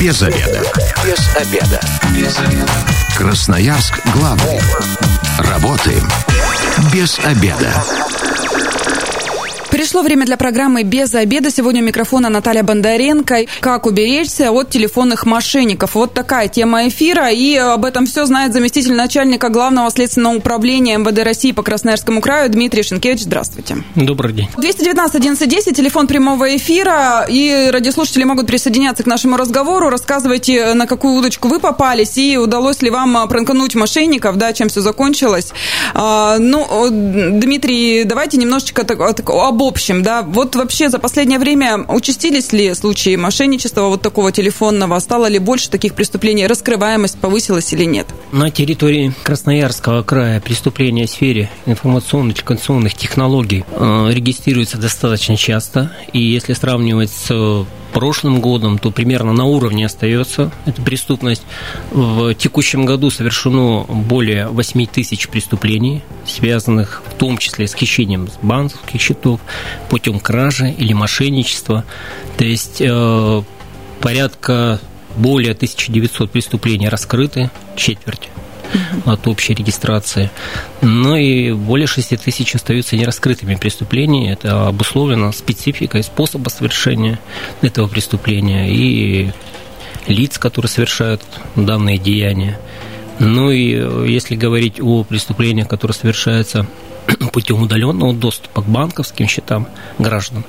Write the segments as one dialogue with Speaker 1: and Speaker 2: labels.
Speaker 1: Без обеда. Без обеда. Без обеда. Красноярск главный. Работаем без обеда.
Speaker 2: Пришло время для программы «Без обеда». Сегодня у микрофона Наталья Бондаренко. Как уберечься от телефонных мошенников. Вот такая тема эфира. И об этом все знает заместитель начальника Главного следственного управления МВД России по Красноярскому краю Дмитрий Шенкевич. Здравствуйте.
Speaker 3: Добрый день.
Speaker 2: 219-11-10, телефон прямого эфира. И радиослушатели могут присоединяться к нашему разговору. Рассказывайте, на какую удочку вы попались и удалось ли вам пранкануть мошенников, да, чем все закончилось. Дмитрий, давайте немножечко об общем, да, вот вообще за последнее время участились ли случаи мошенничества вот такого телефонного? Стало ли больше таких преступлений? Раскрываемость повысилась или нет? На территории Красноярского края преступления в сфере
Speaker 3: информационно-коммуникационных технологий регистрируются достаточно часто. И если сравнивать с прошлым годом, то примерно на уровне остается эта преступность. В текущем году совершено более 8 тысяч преступлений, связанных в том числе с хищением банковских счетов, путем кражи или мошенничества. То есть порядка более 1900 преступлений раскрыты, четверть от общей регистрации. Но и более 6 тысяч остаются нераскрытыми преступлениями. Это обусловлено спецификой способа совершения этого преступления и лиц, которые совершают данные деяния. Ну и если говорить о преступлениях, которые совершаются путем удаленного доступа к банковским счетам граждан,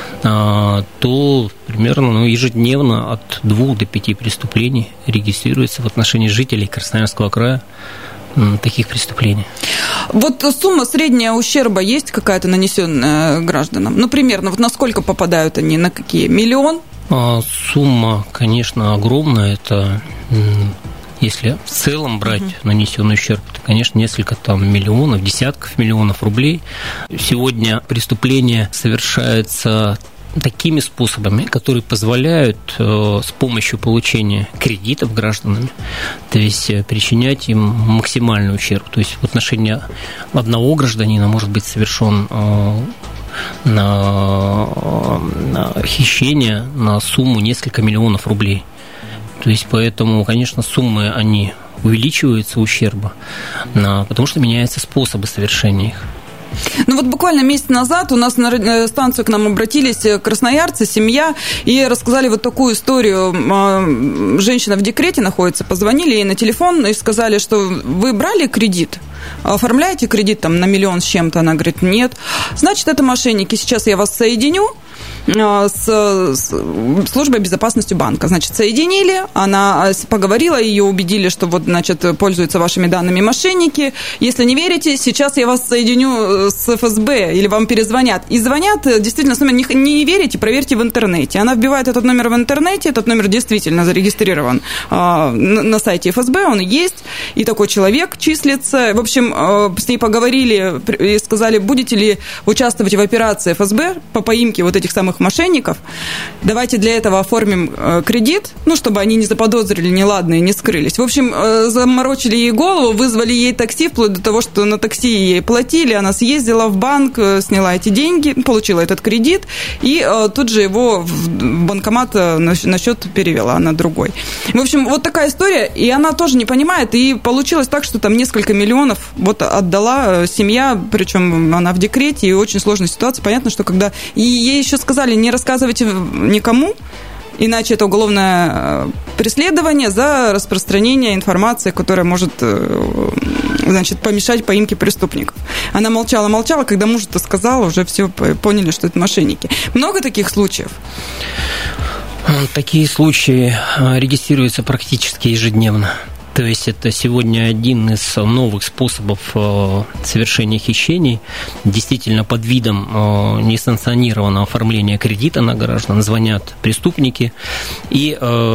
Speaker 3: то примерно ежедневно от 2 до 5 преступлений регистрируется в отношении жителей Красноярского края таких преступлений. Вот сумма средняя ущерба есть какая-то нанесенная гражданам? Ну, примерно, вот на сколько попадают они, на какие? Миллион? Сумма, конечно, огромная. Это... Если в целом брать нанесенный ущерб, то, конечно, несколько миллионов, десятков миллионов рублей. Сегодня преступления совершаются такими способами, которые позволяют с помощью получения кредитов гражданами, то есть причинять им максимальный ущерб. То есть в отношении одного гражданина может быть совершен хищение на сумму несколько миллионов рублей. То есть, поэтому, конечно, суммы, они увеличиваются, ущерба, потому что меняются способы совершения их. Ну вот буквально месяц назад у нас на станцию к нам обратились красноярцы, семья, и рассказали вот такую историю. Женщина в декрете находится, позвонили ей на телефон и сказали, что вы брали кредит? Оформляете кредит на миллион с чем-то? Она говорит, нет. Значит, это мошенники, сейчас я вас соединю с службой безопасности банка. Значит, соединили, она поговорила, ее убедили, что вот, значит, пользуются вашими данными мошенники. Если не верите, сейчас я вас соединю с ФСБ или вам перезвонят. И звонят, действительно, с номером не верите, проверьте в интернете. Она вбивает этот номер в интернете, этот номер действительно зарегистрирован на сайте ФСБ, он есть, и такой человек числится. В общем, с ней поговорили и сказали, будете ли участвовать в операции ФСБ по поимке вот этих самых мошенников, давайте для этого оформим кредит, чтобы они не заподозрили неладное и не скрылись. В общем, заморочили ей голову, вызвали ей такси, вплоть до того, что на такси ей платили, она съездила в банк, сняла эти деньги, получила этот кредит, и тут же его в банкомат на счет перевела на другой. В общем, вот такая история, и она тоже не понимает, и получилось так, что там несколько миллионов вот отдала семья, причем она в декрете, и очень сложная ситуация. Понятно, что когда... И ей еще сказали, не рассказывайте никому, иначе это уголовное преследование за распространение информации, которая может, значит, помешать поимке преступников. Она молчала, когда муж это сказал, уже все поняли, что это мошенники. Много таких случаев? Такие случаи регистрируются практически ежедневно. То есть это сегодня один из новых способов совершения хищений. Действительно, под видом несанкционированного оформления кредита на граждан звонят преступники и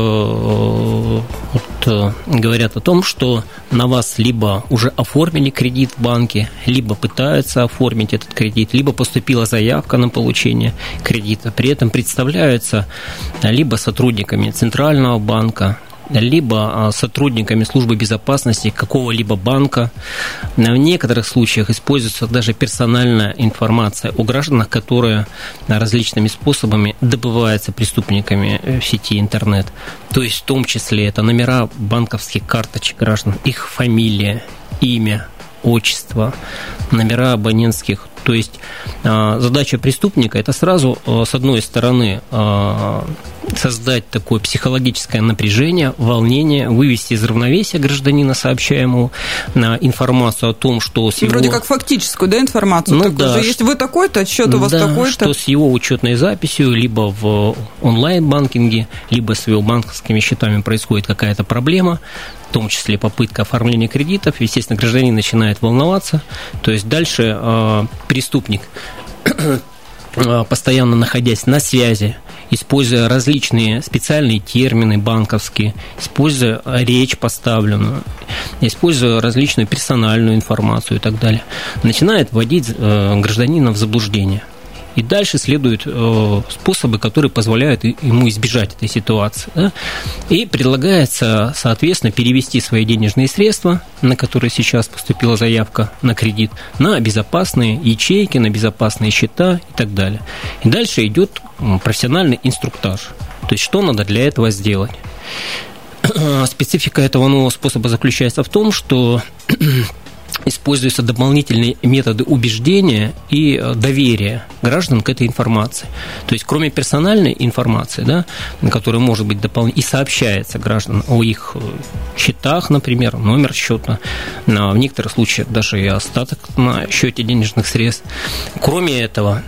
Speaker 3: говорят о том, что на вас либо уже оформили кредит в банке, либо пытаются оформить этот кредит, либо поступила заявка на получение кредита. При этом представляются либо сотрудниками Центрального банка, либо сотрудниками службы безопасности какого-либо банка. В некоторых случаях используется даже персональная информация о гражданах, которая различными способами добывается преступниками в сети интернет. То есть в том числе это номера банковских карточек граждан, их фамилия, имя, отчество, номера абонентских. То есть задача преступника – это сразу, с одной стороны, создать такое психологическое напряжение, волнение, вывести из равновесия гражданина, сообщая ему информацию о том, что с его...
Speaker 2: Вроде как фактическую, да, информацию? Ну, да, есть вы такой-то, счет у вас такой-то.
Speaker 3: Что с его учетной записью, либо в онлайн-банкинге, либо с его банковскими счетами происходит какая-то проблема, в том числе попытка оформления кредитов. Естественно, гражданин начинает волноваться. То есть дальше преступник, постоянно находясь на связи, используя различные специальные термины банковские, используя речь поставленную, используя различную персональную информацию и так далее, начинает вводить гражданина в заблуждение. И дальше следуют способы, которые позволяют ему избежать этой ситуации. Да? И предлагается, соответственно, перевести свои денежные средства, на которые сейчас поступила заявка на кредит, на безопасные ячейки, на безопасные счета и так далее. И дальше идет профессиональный инструктаж. То есть, что надо для этого сделать. Специфика этого нового способа заключается в том, что используются дополнительные методы убеждения и доверия граждан к этой информации. То есть, кроме персональной информации, да, которая может быть дополнительно, и сообщается гражданам о их счетах, например, номер счета, в некоторых случаях даже и остаток на счете денежных средств. Кроме этого,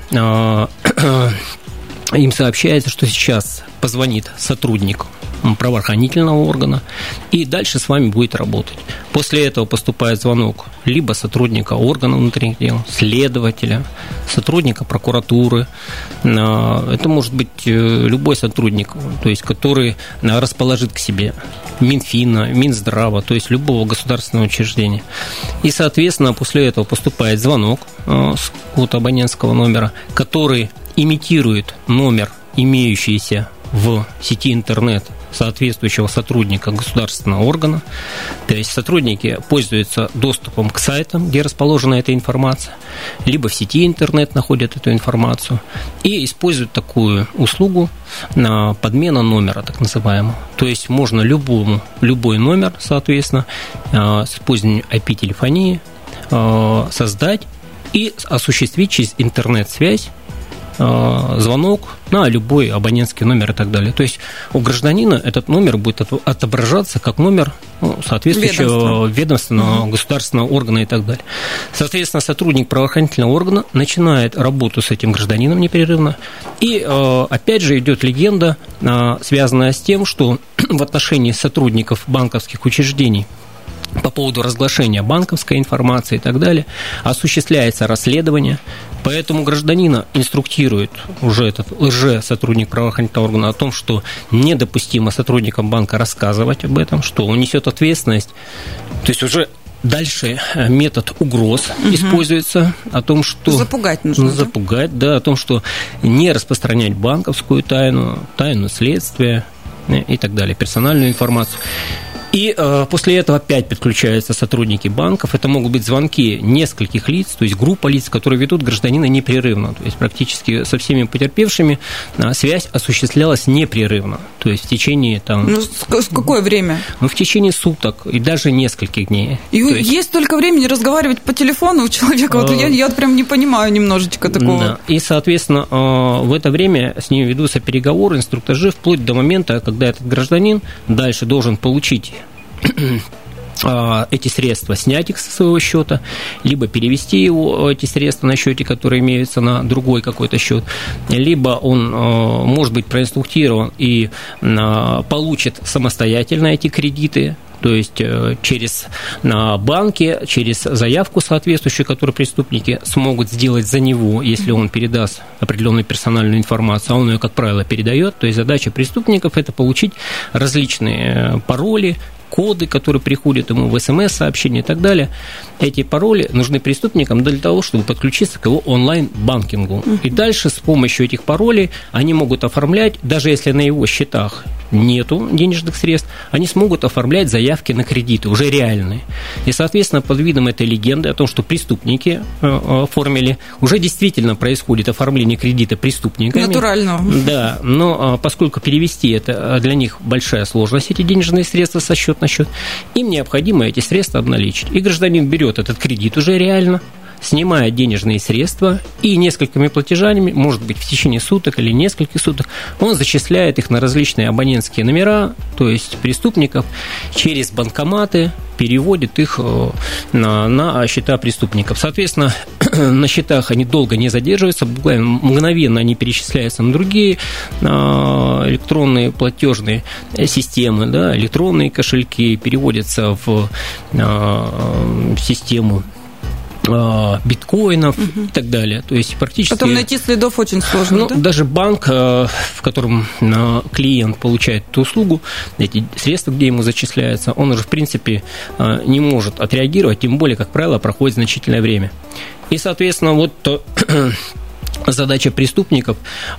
Speaker 3: им сообщается, что сейчас позвонит сотрудник правоохранительного органа и дальше с вами будет работать. После этого поступает звонок либо сотрудника органа внутренних дел, следователя, сотрудника прокуратуры. Это может быть любой сотрудник, то есть, который расположит к себе Минфина, Минздрава, то есть любого государственного учреждения. И, соответственно, после этого поступает звонок с кода абонентского номера, который имитирует номер, имеющийся в сети интернет соответствующего сотрудника государственного органа. То есть сотрудники пользуются доступом к сайтам, где расположена эта информация, либо в сети интернет находят эту информацию и используют такую услугу на подмена номера, так называемого. То есть можно любой номер, соответственно, с использованием IP-телефонии создать и осуществить через интернет-связь звонок на любой абонентский номер и так далее. То есть у гражданина этот номер будет отображаться как номер соответствующего ведомственного государственного органа и так далее. Соответственно, сотрудник правоохранительного органа начинает работу с этим гражданином непрерывно. И опять же идет легенда, связанная с тем, что в отношении сотрудников банковских учреждений по поводу разглашения банковской информации и так далее осуществляется расследование, поэтому гражданина инструктирует уже этот лже-сотрудник правоохранительного органа о том, что недопустимо сотрудникам банка рассказывать об этом, что он несет ответственность. То есть уже дальше метод угроз используется о том, что...
Speaker 2: Запугать нужно.
Speaker 3: Запугать, да, о том, что не распространять банковскую тайну, тайну следствия и так далее, персональную информацию. И после этого опять подключаются сотрудники банков. Это могут быть звонки нескольких лиц, то есть группа лиц, которые ведут гражданина непрерывно. То есть практически со всеми потерпевшими связь осуществлялась непрерывно. То есть в течение...
Speaker 2: с какое время?
Speaker 3: В течение суток и даже нескольких дней.
Speaker 2: И есть только времени разговаривать по телефону у человека? Вот я прям не понимаю немножечко такого.
Speaker 3: Да. И, соответственно, в это время с ним ведутся переговоры, инструктажи, вплоть до момента, когда этот гражданин дальше должен получить эти средства, снять их со своего счета, либо перевести эти средства на счете, которые имеются на другой какой-то счет, либо он может быть проинструктирован и получит самостоятельно эти кредиты, то есть через банки, через заявку соответствующую, которую преступники смогут сделать за него, если он передаст определенную персональную информацию, а он ее, как правило, передает. То есть задача преступников – это получить различные пароли, коды, которые приходят ему в СМС-сообщения и так далее. Эти пароли нужны преступникам для того, чтобы подключиться к его онлайн-банкингу. И дальше с помощью этих паролей они могут оформлять, даже если на его счетах нету денежных средств, они смогут оформлять заявки на кредиты, уже реальные. И, соответственно, под видом этой легенды о том, что преступники оформили, уже действительно происходит оформление кредита преступниками.
Speaker 2: Натурально.
Speaker 3: Да, но поскольку перевести это для них большая сложность, эти денежные средства со счета на счет, им необходимо эти средства обналичить. И гражданин берет этот кредит уже реально, снимает денежные средства и несколькими платежами, может быть, в течение суток или нескольких суток, он зачисляет их на различные абонентские номера, то есть преступников, через банкоматы, переводит их на счета преступников. Соответственно, на счетах они долго не задерживаются, буквально мгновенно они перечисляются на другие электронные платежные системы, да, электронные кошельки переводятся в систему биткоинов и так далее. То есть практически...
Speaker 2: Потом найти следов очень сложно, да?
Speaker 3: Даже банк, в котором клиент получает эту услугу, эти средства, где ему зачисляются, он уже, в принципе, не может отреагировать, тем более, как правило, проходит значительное время. И, соответственно, вот задача преступников,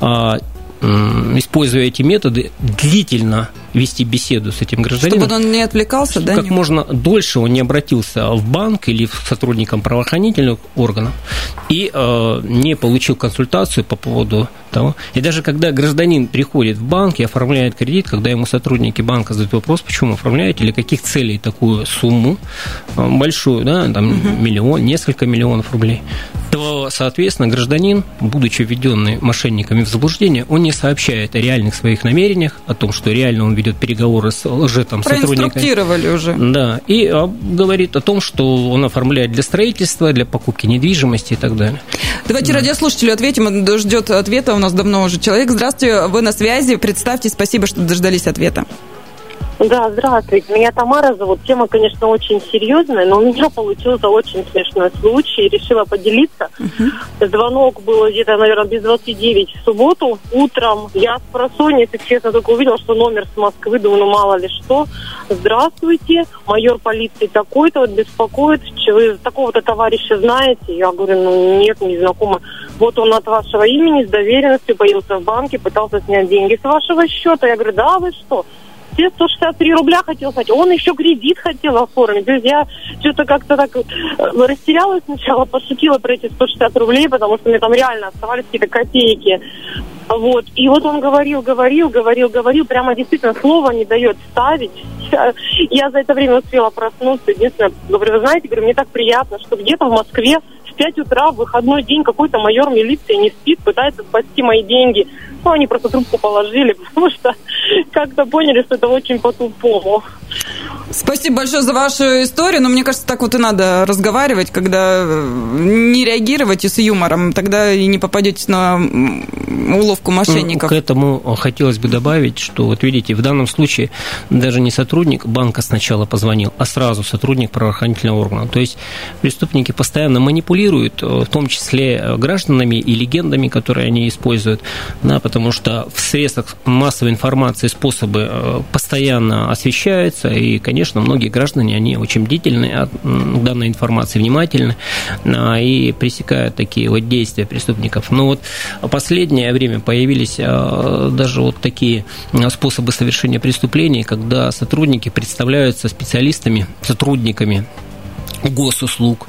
Speaker 3: используя эти методы, длительно вести беседу с этим гражданином.
Speaker 2: Чтобы он не отвлекался, да?
Speaker 3: Как можно дольше он не обратился в банк или к сотрудникам правоохранительных органов и не получил консультацию по поводу того. И даже когда гражданин приходит в банк и оформляет кредит, когда ему сотрудники банка задают вопрос, почему оформляете, или каких целей такую сумму большую, да, там миллион, несколько миллионов рублей, то, соответственно, гражданин, будучи введенный мошенниками в заблуждение, он не сообщает о реальных своих намерениях, о том, что реально он ведет переговоры с сотрудниками.
Speaker 2: Проинструктировали уже.
Speaker 3: Да, и говорит о том, что он оформляет для строительства, для покупки недвижимости и так далее.
Speaker 2: Давайте радиослушателю ответим, он ждет ответа, у нас давно уже человек. Здравствуйте, вы на связи, представьте, спасибо, что дождались ответа.
Speaker 4: Да, здравствуйте. Меня Тамара зовут. Тема, конечно, очень серьезная, но у меня получился очень смешной случай. Решила поделиться. Звонок был где-то, наверное, без 29 в субботу утром. Я с просонья, если честно, только увидела, что номер с Москвы. Думаю, ну мало ли что. Здравствуйте, майор полиции такой-то вот беспокоит. Вы такого-то товарища знаете? Я говорю, ну нет, не знакома. Вот он от вашего имени с доверенностью появился в банке, пытался снять деньги с вашего счета. Я говорю, да, вы что? 163 рубля хотел снять, он еще кредит хотел оформить. То есть я что-то как-то так растерялась сначала, пошутила про эти 160 рублей, потому что мне там реально оставались какие-то копейки. Вот. И вот он говорил, прямо действительно слово не дает ставить. Я за это время успела проснуться. Единственное, говорю, вы знаете, мне так приятно, что где-то в Москве в 5 утра в выходной день какой-то майор милиции не спит, пытается спасти мои деньги. Ну, они просто трубку положили, потому что как-то поняли, что это очень по-тупому.
Speaker 2: Спасибо большое за вашу историю, но мне кажется, так вот и надо разговаривать, когда не реагировать и с юмором, тогда и не попадете на уловку мошенников.
Speaker 3: К этому хотелось бы добавить, что, вот видите, в данном случае даже не сотрудник банка сначала позвонил, а сразу сотрудник правоохранительного органа. То есть преступники постоянно манипулируют, в том числе гражданами и легендами, которые они используют, да, потому что в средствах массовой информации способы постоянно освещаются, и, конечно, многие граждане, они очень бдительны к данной информации, внимательны и пресекают такие вот действия преступников. Но вот в последнее время появились даже вот такие способы совершения преступлений, когда сотрудники представляются специалистами, сотрудниками госуслуг,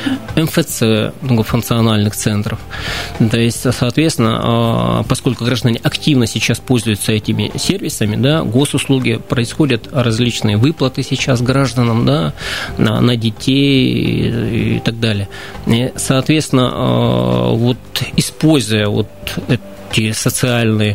Speaker 3: МФЦ, многофункциональных центров. То есть, соответственно, поскольку граждане активно сейчас пользуются этими сервисами, да, госуслуги, происходят различные выплаты сейчас гражданам, да, на детей и так далее. И, соответственно, вот используя вот эти социальные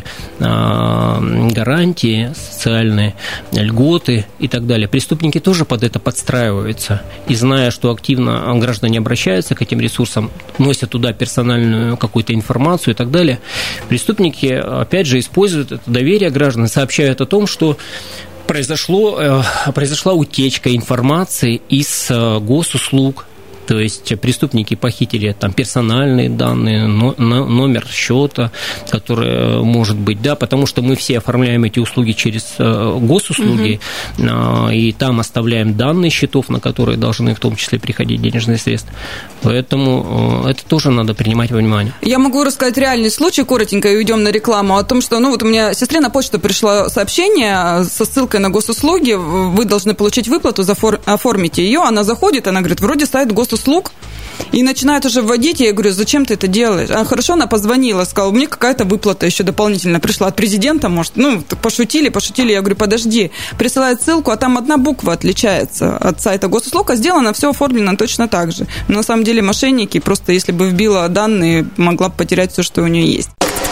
Speaker 3: гарантии, социальные льготы и так далее. Преступники тоже под это подстраиваются. И зная, что активно граждане обращаются к этим ресурсам, носят туда персональную какую-то информацию и так далее, преступники, опять же, используют это доверие граждан, сообщают о том, что произошла утечка информации из госуслуг, То есть преступники похитили там персональные данные, номер счета, который может быть, да, потому что мы все оформляем эти услуги через госуслуги, и там оставляем данные счетов, на которые должны в том числе приходить денежные средства. Поэтому это тоже надо принимать во внимание.
Speaker 2: Я могу рассказать реальный случай, коротенько, и уйдем на рекламу, о том, что, вот у меня сестре на почту пришло сообщение со ссылкой на госуслуги, вы должны получить выплату, оформите ее, она заходит, она говорит, вроде сайт госуслуг, и начинает уже вводить, я говорю, зачем ты это делаешь? Хорошо, она позвонила, сказала, мне какая-то выплата еще дополнительно пришла от президента, может, пошутили, я говорю, подожди, присылает ссылку, а там одна буква отличается от сайта госуслуг, а сделано, все оформлено точно так же. Но на самом деле мошенники, просто если бы вбила данные, могла бы потерять все, что у нее есть.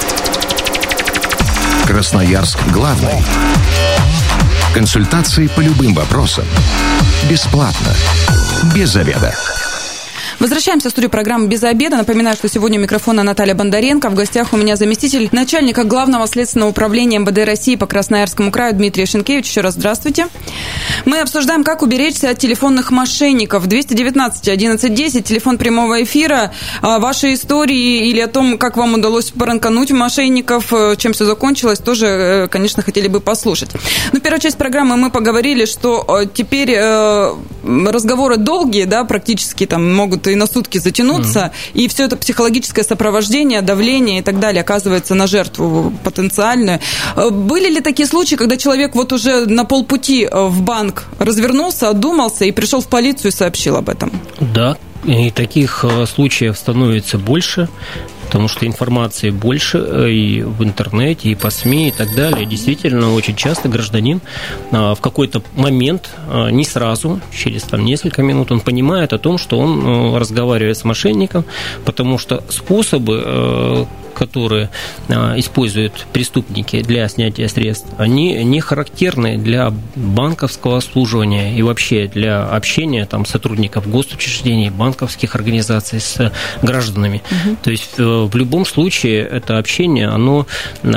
Speaker 1: Красноярск главный. Консультации по любым вопросам. Бесплатно. Без заведа.
Speaker 2: Возвращаемся в студию программы «Без обеда». Напоминаю, что сегодня у микрофона Наталья Бондаренко. В гостях у меня заместитель начальника Главного следственного управления МВД России по Красноярскому краю Дмитрий Шенкевич. Еще раз здравствуйте. Мы обсуждаем, как уберечься от телефонных мошенников. 219-11-10, телефон прямого эфира. Ваши истории или о том, как вам удалось пранкануть мошенников, чем все закончилось, тоже, конечно, хотели бы послушать. Первая часть программы мы поговорили, что теперь разговоры долгие, да, практически там могут и на сутки затянуться, и все это психологическое сопровождение, давление и так далее оказывается на жертву потенциальную. Были ли такие случаи, когда человек вот уже на полпути в банк развернулся, одумался и пришел в полицию и сообщил об этом?
Speaker 3: Да, и таких случаев становится больше, потому что информации больше и в интернете, и по СМИ, и так далее. Действительно, очень часто гражданин в какой-то момент, не сразу, через несколько минут, он понимает о том, что он разговаривает с мошенником, потому что способы, которые используют преступники для снятия средств, они не характерны для банковского обслуживания и вообще для общения сотрудников госучреждений, банковских организаций с гражданами. То есть в любом случае это общение, оно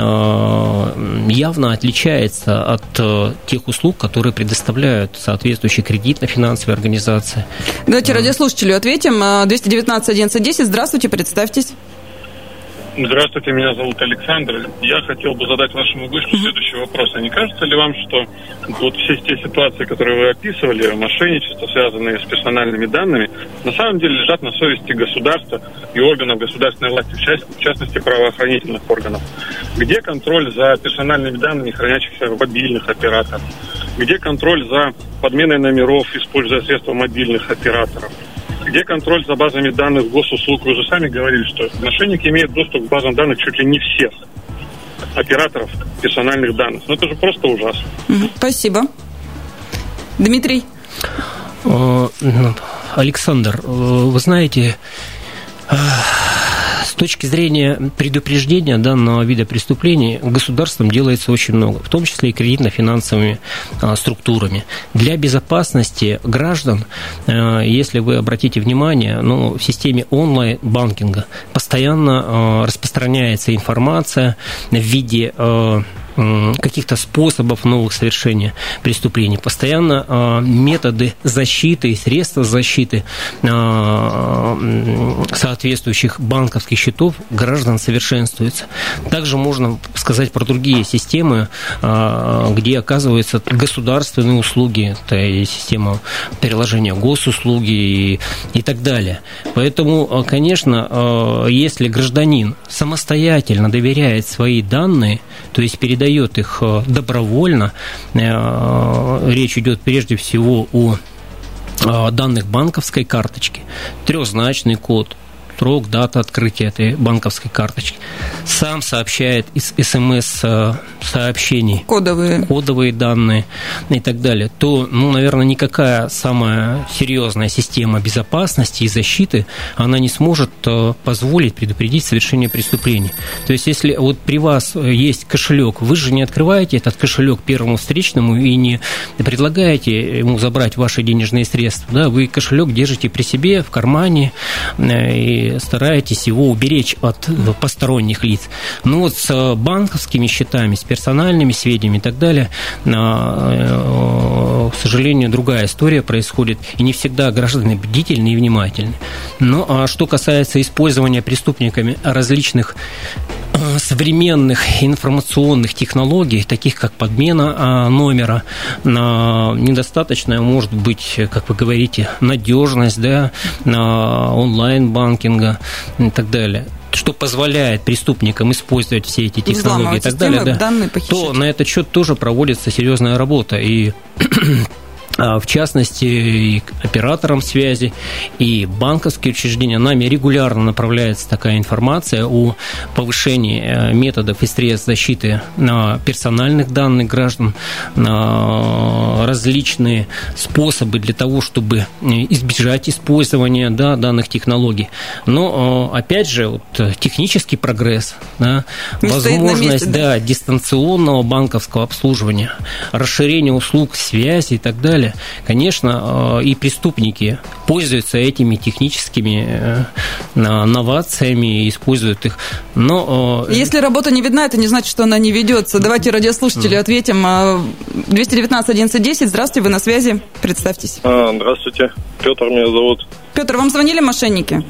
Speaker 3: явно отличается от тех услуг, которые предоставляют соответствующие кредитно-финансовые организации.
Speaker 2: Давайте радиослушателю ответим. 219-11-10, здравствуйте, представьтесь.
Speaker 5: Здравствуйте, меня зовут Александр. Я хотел бы задать вашему гостю следующий вопрос. А не кажется ли вам, что вот все те ситуации, которые вы описывали, мошенничество, связанные с персональными данными, на самом деле лежат на совести государства и органов государственной власти, в частности, правоохранительных органов? Где контроль за персональными данными, хранящихся в мобильных операторах? Где контроль за подменой номеров, используя средства мобильных операторов? Где контроль за базами данных госуслуг? Вы же сами говорили, что мошенники имеют доступ к базам данных чуть ли не всех операторов персональных данных. Но это же просто ужасно.
Speaker 2: Спасибо. Дмитрий?
Speaker 3: Александр, вы знаете, с точки зрения предупреждения данного вида преступлений государством делается очень много, в том числе и кредитно-финансовыми структурами. Для безопасности граждан, если вы обратите внимание, в системе онлайн-банкинга постоянно распространяется информация в виде каких-то способов новых совершения преступлений. Постоянно методы защиты и средства защиты соответствующих банковских счетов граждан совершенствуются. Также можно сказать про другие системы, где оказываются государственные услуги, это и система приложения госуслуги и так далее. Поэтому, конечно, если гражданин самостоятельно доверяет свои данные, то есть передает их добровольно, речь идет прежде всего о данных банковской карточки, трехзначный код, срок, дата открытия этой банковской карточки, сам сообщает из СМС-сообщений кодовые данные и так далее, то, наверное, никакая самая серьезная система безопасности и защиты, она не сможет позволить предупредить совершение преступлений. То есть, если вот при вас есть кошелек, вы же не открываете этот кошелек первому встречному и не предлагаете ему забрать ваши денежные средства, да, вы кошелек держите при себе, в кармане, и стараетесь его уберечь от посторонних лиц. Но вот с банковскими счетами, с персональными сведениями и так далее к сожалению, другая история происходит, и не всегда граждане бдительны и внимательны. Ну, а что касается использования преступниками различных современных информационных технологий, таких как подмена номера, недостаточная может быть, как вы говорите, надежность, да, онлайн-банкинга и так далее, что позволяет преступникам использовать все эти технологии и так далее, да, то на этот счет тоже проводится серьезная работа. И в частности, и операторам связи, и банковские учреждения, нами регулярно направляется такая информация о повышении методов и средств защиты персональных данных граждан, различные способы для того, чтобы избежать использования, да, данных технологий. Но, опять же, вот, технический прогресс, да, возможность месте, да, дистанционного банковского обслуживания, расширение услуг связи и так далее. Конечно, и преступники пользуются этими техническими новациями и используют их. Но
Speaker 2: если работа не видна, это не значит, что она не ведется. Давайте радиослушателю ответим. 219-11-10. Здравствуйте, вы на связи. Представьтесь.
Speaker 6: Здравствуйте. Петр меня зовут.
Speaker 2: Петр, вам звонили мошенники?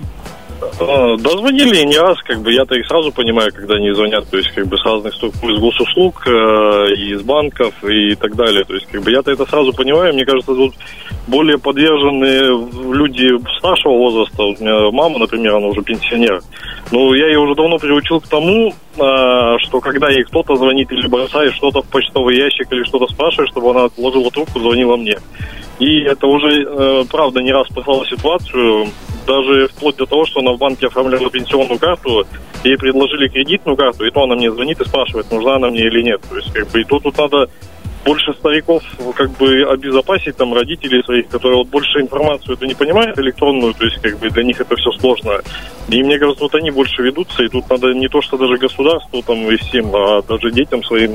Speaker 6: Да, звонили не раз, я-то их сразу понимаю, когда они звонят, то есть, с разных структур, из госуслуг, и из банков, и так далее, то есть, я-то это сразу понимаю, мне кажется, тут более подвержены люди старшего возраста, у меня мама, например, она уже пенсионер, но я ее уже давно приучил к тому, что когда ей кто-то звонит или бросает что-то в почтовый ящик или что-то спрашивает, чтобы она отложила трубку, звонила мне. И это уже, правда, не раз спасало ситуацию, даже вплоть до того, что она в банке оформляла пенсионную карту, ей предложили кредитную карту, и то она мне звонит и спрашивает, нужна она мне или нет. То есть, и тут надо больше стариков обезопасить, там, родителей своих, которые больше информацию это не понимают электронную, то есть, для них это все сложно. И мне кажется, они больше ведутся, и тут надо не то, что даже государству там и всем, а даже детям своим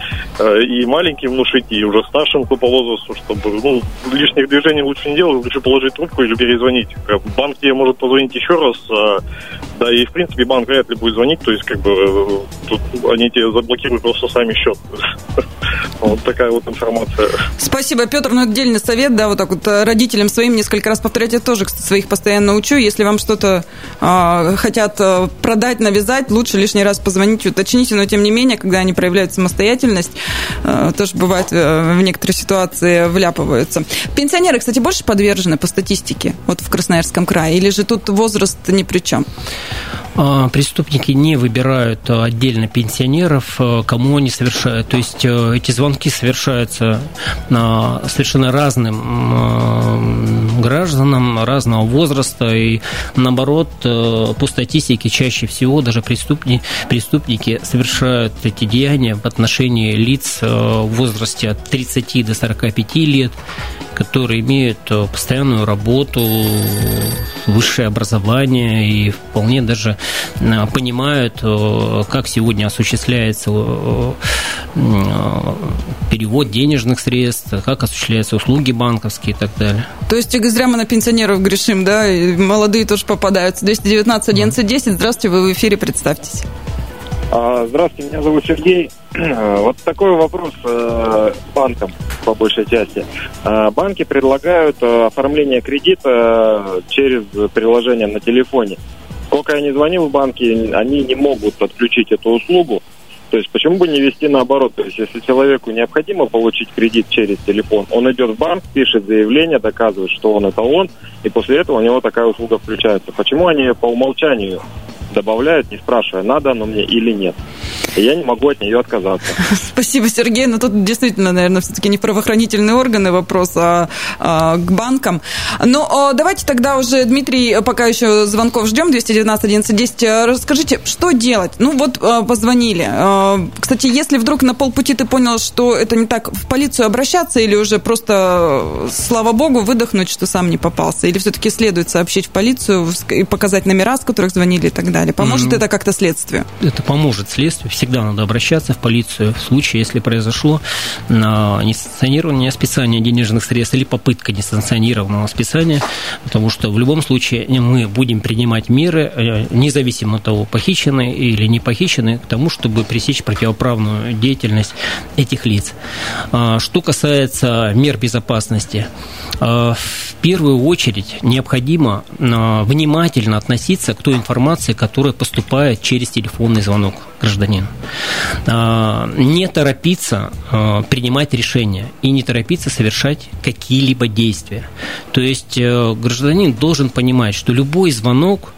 Speaker 6: и маленьким внушить, и уже старшим по возрасту, чтобы, лишних движений лучше не делать, лучше положить трубку или перезвонить. Банк тебе может позвонить еще раз, да, и в принципе банк вряд ли будет звонить, то есть, тут они тебе заблокируют просто сами счет. Вот такая вот информация.
Speaker 2: Спасибо, Петр. Отдельный совет, да, вот так вот родителям своим несколько раз повторять. Я тоже, кстати, своих постоянно учу. Если вам что-то хотят продать, навязать, лучше лишний раз позвонить, уточните, но тем не менее, когда они проявляют самостоятельность, тоже бывает в некоторые ситуации вляпываются. Пенсионеры, кстати, больше подвержены по статистике вот в Красноярском крае, или же тут возраст ни при чем?
Speaker 3: Преступники не выбирают отдельно пенсионеров, кому они совершают. То есть эти звонки совершаются совершенно разным гражданам разного возраста. И наоборот, по статистике, чаще всего даже преступники совершают эти деяния в отношении лиц в возрасте от 30 до 45 лет, которые имеют постоянную работу, высшее образование и вполне даже понимают, как сегодня осуществляется перевод денежных средств, как осуществляются услуги банковские и так далее.
Speaker 2: То есть зря мы на пенсионеров грешим, да? И молодые тоже попадаются. 219-11-10. Здравствуйте, вы в эфире, представьтесь.
Speaker 7: Здравствуйте, меня зовут Сергей. Вот такой вопрос банкам, по большей части. Банки предлагают оформление кредита через приложение на телефоне. Сколько я не звонил в банки, они не могут подключить эту услугу. То есть почему бы не вести наоборот? То есть если человеку необходимо получить кредит через телефон, он идет в банк, пишет заявление, доказывает, что он это он, и после этого у него такая услуга включается. Почему они по умолчанию добавляют, не спрашивая, надо оно мне или нет? И я не могу от нее отказаться.
Speaker 2: Спасибо, Сергей. Но тут действительно, наверное, все-таки не в правоохранительные органы вопрос, а к банкам. Но давайте тогда уже, Дмитрий, пока еще звонков ждем, 219-11-10, расскажите, что делать? Позвонили. Кстати, если вдруг на полпути ты понял, что это не так, в полицию обращаться или уже просто, слава богу, выдохнуть, что сам не попался? Или все-таки следует сообщить в полицию и показать номера, с которых звонили и так далее? далее. Поможет это как-то следствию?
Speaker 3: Это поможет следствию. Всегда надо обращаться в полицию в случае, если произошло несанкционированное списание денежных средств или попытка несанкционированного списания, потому что в любом случае мы будем принимать меры, независимо от того, похищены или не похищены, к тому, чтобы пресечь противоправную деятельность этих лиц. Что касается мер безопасности, в первую очередь необходимо внимательно относиться к той информации, которая поступает через телефонный звонок гражданина. Не торопиться принимать решения и не торопиться совершать какие-либо действия. То есть гражданин должен понимать, что любой звонок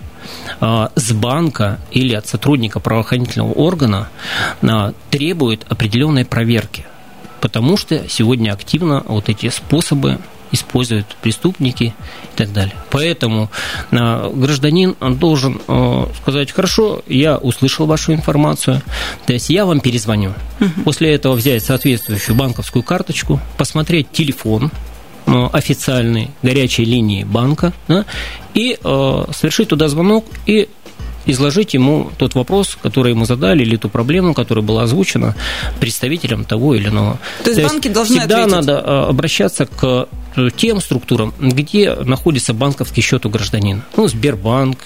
Speaker 3: с банка или от сотрудника правоохранительного органа требует определенной проверки, потому что сегодня активно вот эти способы используют преступники и так далее. Поэтому гражданин должен сказать: хорошо, я услышал вашу информацию, то есть я вам перезвоню. После этого взять соответствующую банковскую карточку, посмотреть телефон официальной горячей линии банка, да, и совершить туда звонок и изложить ему тот вопрос, который ему задали, или ту проблему, которая была озвучена представителем того или иного.
Speaker 2: То есть банки должны
Speaker 3: всегда
Speaker 2: ответить?
Speaker 3: Надо обращаться к тем структурам, где находится банковский счет у гражданина. Сбербанк,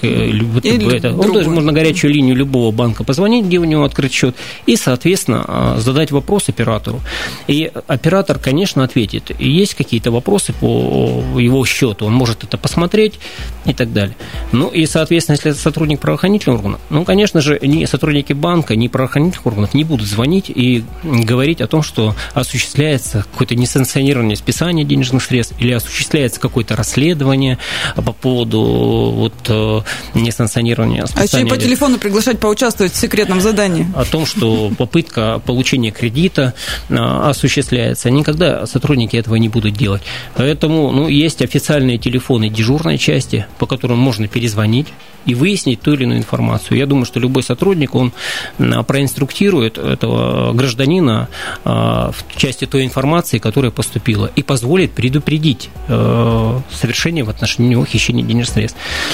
Speaker 3: он даже можно на горячую линию любого банка позвонить, где у него открыт счет, и, соответственно, задать вопрос оператору. И оператор, конечно, ответит. И есть какие-то вопросы по его счету, он может это посмотреть и так далее. И, соответственно, если это сотрудник правоохранительного органа, конечно же, ни сотрудники банка, ни правоохранительных органов не будут звонить и говорить о том, что осуществляется какое-то несанкционированное списание денежных средств или осуществляется какое-то расследование по поводу несанкционирования списания.
Speaker 2: А еще и по телефону приглашать поучаствовать в секретном задании.
Speaker 3: О том, что попытка получения кредита осуществляется. Никогда сотрудники этого не будут делать. Поэтому есть официальные телефоны дежурной части, по которым можно перезвонить и выяснить ту или иную информацию. Я думаю, что любой сотрудник, он проинструктирует этого гражданина в части той информации, которая поступила, и позволит предупредить совершение в отношении него хищения денежных средств.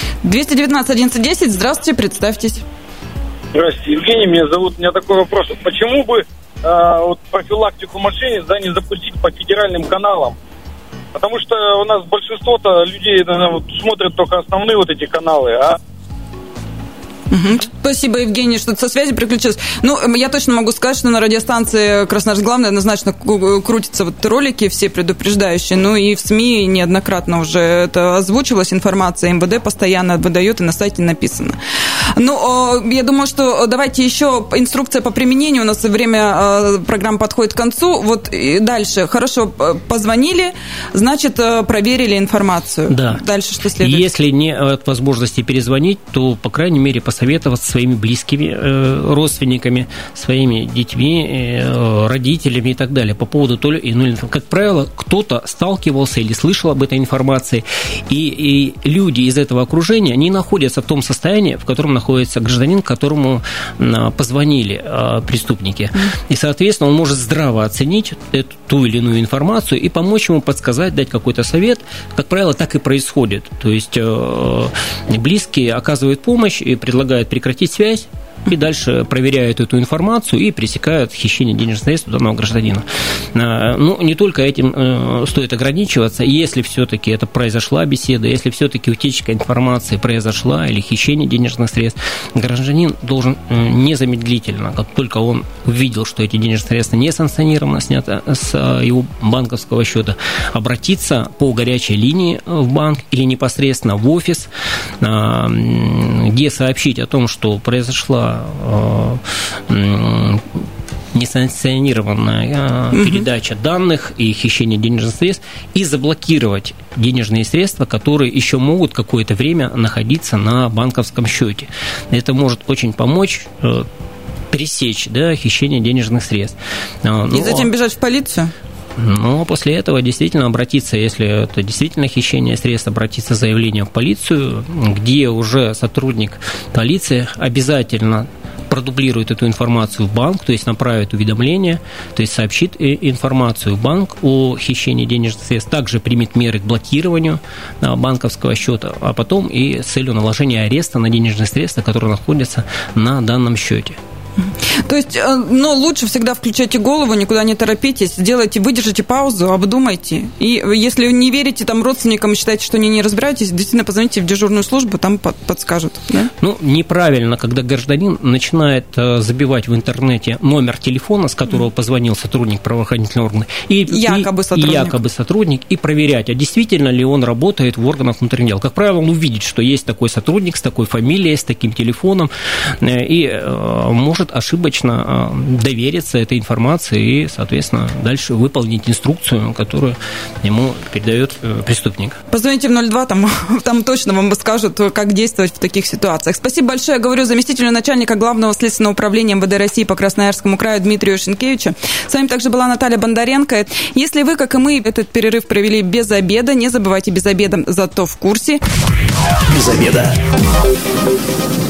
Speaker 2: 219-11-10, здравствуйте, представьтесь.
Speaker 8: Здравствуйте, Евгений, меня зовут. У меня такой вопрос. Почему бы профилактику мошенниц не запустить по федеральным каналам? Потому что у нас большинство-то людей смотрят только основные эти каналы,
Speaker 2: Спасибо, Евгений, что со связи приключилась. Я точно могу сказать, что на радиостанции «Красноярск главный» однозначно крутятся ролики все предупреждающие. И в СМИ неоднократно уже это озвучивалась информация. МВД постоянно выдает, и на сайте написано. Я думаю, что давайте еще инструкция по применению. У нас время программы подходит к концу. И дальше. Хорошо, позвонили, значит, проверили информацию.
Speaker 3: Да.
Speaker 2: Дальше что следует?
Speaker 3: Если нет возможности перезвонить, то, по крайней мере, посоветоваться со своими близкими родственниками, своими детьми, родителями и так далее по поводу той или иной информации. Как правило, кто-то сталкивался или слышал об этой информации, и люди из этого окружения, они находятся в том состоянии, в котором находится гражданин, которому позвонили преступники. И, соответственно, он может здраво оценить ту или иную информацию и помочь ему подсказать, дать какой-то совет. Как правило, так и происходит. То есть близкие оказывают помощь и предлагают прекратить связь, и дальше проверяют эту информацию и пресекают хищение денежных средств данного гражданина. Не только этим стоит ограничиваться. Если все-таки это произошла беседа, если все-таки утечка информации произошла или хищение денежных средств, гражданин должен незамедлительно, как только он увидел, что эти денежные средства не санкционированно сняты с его банковского счета, обратиться по горячей линии в банк или непосредственно в офис, где сообщить о том, что произошла несанкционированная передача данных и хищение денежных средств, и заблокировать денежные средства, которые еще могут какое-то время находиться на банковском счете. Это может очень помочь пресечь хищение денежных средств.
Speaker 2: И затем бежать в полицию?
Speaker 3: После этого действительно обратиться, если это действительно хищение средств, обратиться с заявлением в полицию, где уже сотрудник полиции обязательно продублирует эту информацию в банк, то есть направит уведомление, то есть сообщит информацию в банк о хищении денежных средств, также примет меры к блокированию банковского счета, а потом и с целью наложения ареста на денежные средства, которые находятся на данном счете.
Speaker 2: То есть, но лучше всегда включайте голову, никуда не торопитесь, сделайте, выдержите паузу, обдумайте. И если не верите там родственникам и считаете, что они не разбираетесь, действительно позвоните в дежурную службу, там подскажут. Да?
Speaker 3: Ну, неправильно, когда гражданин начинает забивать в интернете номер телефона, с которого позвонил сотрудник правоохранительного органа, якобы сотрудник, и проверять, а действительно ли он работает в органах внутренних дел. Как правило, он увидит, что есть такой сотрудник с такой фамилией, с таким телефоном, и может ошибочно довериться этой информации и, соответственно, дальше выполнить инструкцию, которую ему передает преступник.
Speaker 2: Позвоните в 02, там точно вам скажут, как действовать в таких ситуациях. Спасибо большое, говорю заместителю начальника Главного следственного управления МВД России по Красноярскому краю Дмитрию Шенкевичу. С вами также была Наталья Бондаренко. Если вы, как и мы, этот перерыв провели без обеда, не забывайте, без обеда, зато в курсе.
Speaker 1: Без обеда.